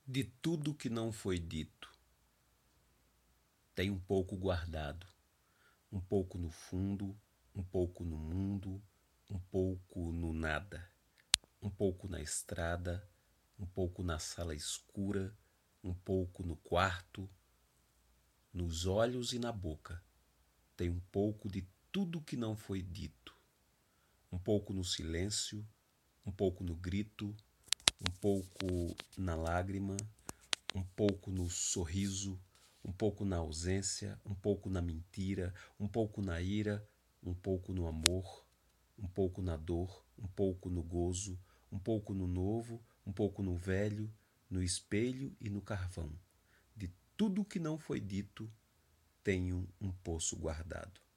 De tudo que não foi dito, tem um pouco guardado, um pouco no fundo, um pouco no mundo, um pouco no nada, um pouco na estrada, um pouco na sala escura, um pouco no quarto, nos olhos e na boca. Tem um pouco de tudo que não foi dito, um pouco no silêncio, um pouco no grito, um pouco na lágrima, um pouco no sorriso, um pouco na ausência, um pouco na mentira, um pouco na ira, um pouco no amor, um pouco na dor, um pouco no gozo, um pouco no novo, um pouco no velho, no espelho e no carvão. De tudo que não foi dito, tenho um poço guardado.